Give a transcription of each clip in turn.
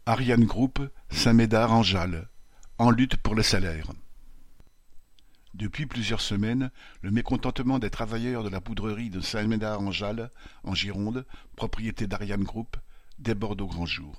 Ariane Group, Saint-Médard-en-Jalles, en lutte pour les salaires. Depuis plusieurs semaines, le mécontentement des travailleurs de la poudrerie de Saint-Médard-en-Jalles, en Gironde, propriété d'Ariane Group, déborde au grand jour.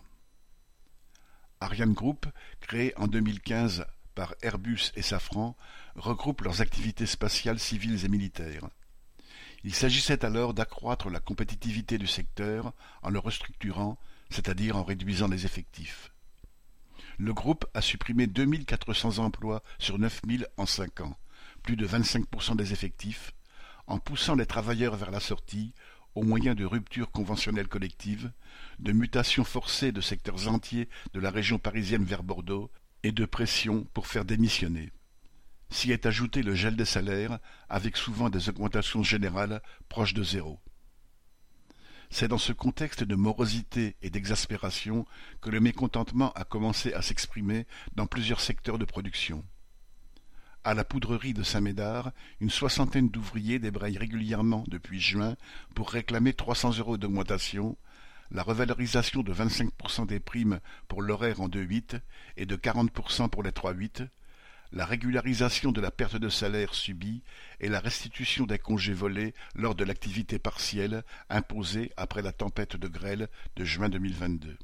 Ariane Group, créée en 2015 par Airbus et Safran, regroupe leurs activités spatiales civiles et militaires. Il s'agissait alors d'accroître la compétitivité du secteur en le restructurant, c'est-à-dire en réduisant les effectifs. Le groupe a supprimé 2400 emplois sur 9000 en 5 ans, plus de 25% des effectifs, en poussant les travailleurs vers la sortie au moyen de ruptures conventionnelles collectives, de mutations forcées de secteurs entiers de la région parisienne vers Bordeaux et de pression pour faire démissionner. S'y est ajouté le gel des salaires, avec souvent des augmentations générales proches de zéro. C'est dans ce contexte de morosité et d'exaspération que le mécontentement a commencé à s'exprimer dans plusieurs secteurs de production. À la poudrerie de Saint-Médard, une soixantaine d'ouvriers débrayent régulièrement depuis juin pour réclamer 300 € d'augmentation, la revalorisation de 25% des primes pour l'horaire en 2-8 et de 40% pour les 3-8, la régularisation de la perte de salaire subie et la restitution des congés volés lors de l'activité partielle imposée après la tempête de grêle de juin 2022.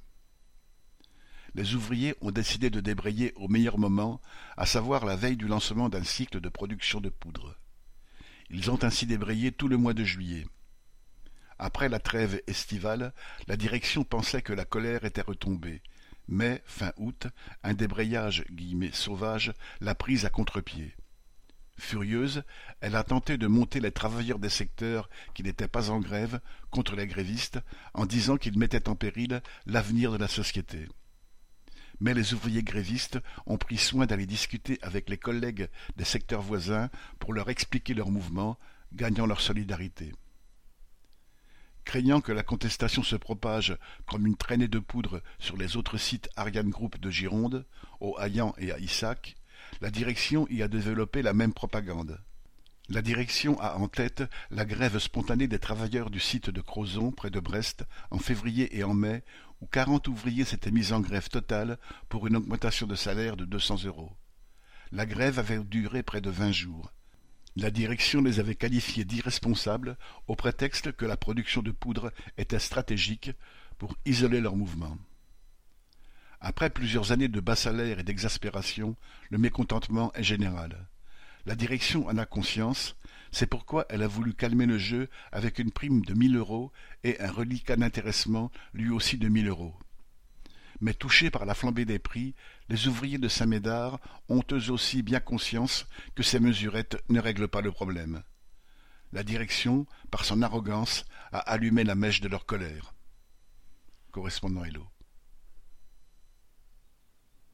Les ouvriers ont décidé de débrayer au meilleur moment, à savoir la veille du lancement d'un cycle de production de poudre. Ils ont ainsi débrayé tout le mois de juillet. Après la trêve estivale, la direction pensait que la colère était retombée. Mais, fin août, un débrayage « sauvage » l'a prise à contre-pied. Furieuse, elle a tenté de monter les travailleurs des secteurs qui n'étaient pas en grève contre les grévistes en disant qu'ils mettaient en péril l'avenir de la société. Mais les ouvriers grévistes ont pris soin d'aller discuter avec les collègues des secteurs voisins pour leur expliquer leur mouvement, gagnant leur solidarité. Craignant que la contestation se propage comme une traînée de poudre sur les autres sites Ariane Group de Gironde, au Haillan et à Issac, la direction y a développé la même propagande. La direction a en tête la grève spontanée des travailleurs du site de Crozon, près de Brest, en février et en mai, où 40 ouvriers s'étaient mis en grève totale pour une augmentation de salaire de 200 €. La grève avait duré près de 20 jours. La direction les avait qualifiés d'irresponsables au prétexte que la production de poudre était stratégique pour isoler leur mouvement. Après plusieurs années de bas salaires et d'exaspération, le mécontentement est général. La direction en a conscience, c'est pourquoi elle a voulu calmer le jeu avec une prime de 1000 € et un reliquat d'intéressement lui aussi de 1000 €. Mais touchés par la flambée des prix, les ouvriers de Saint-Médard ont eux aussi bien conscience que ces mesurettes ne règlent pas le problème. La direction, par son arrogance, a allumé la mèche de leur colère. Correspondant Hello.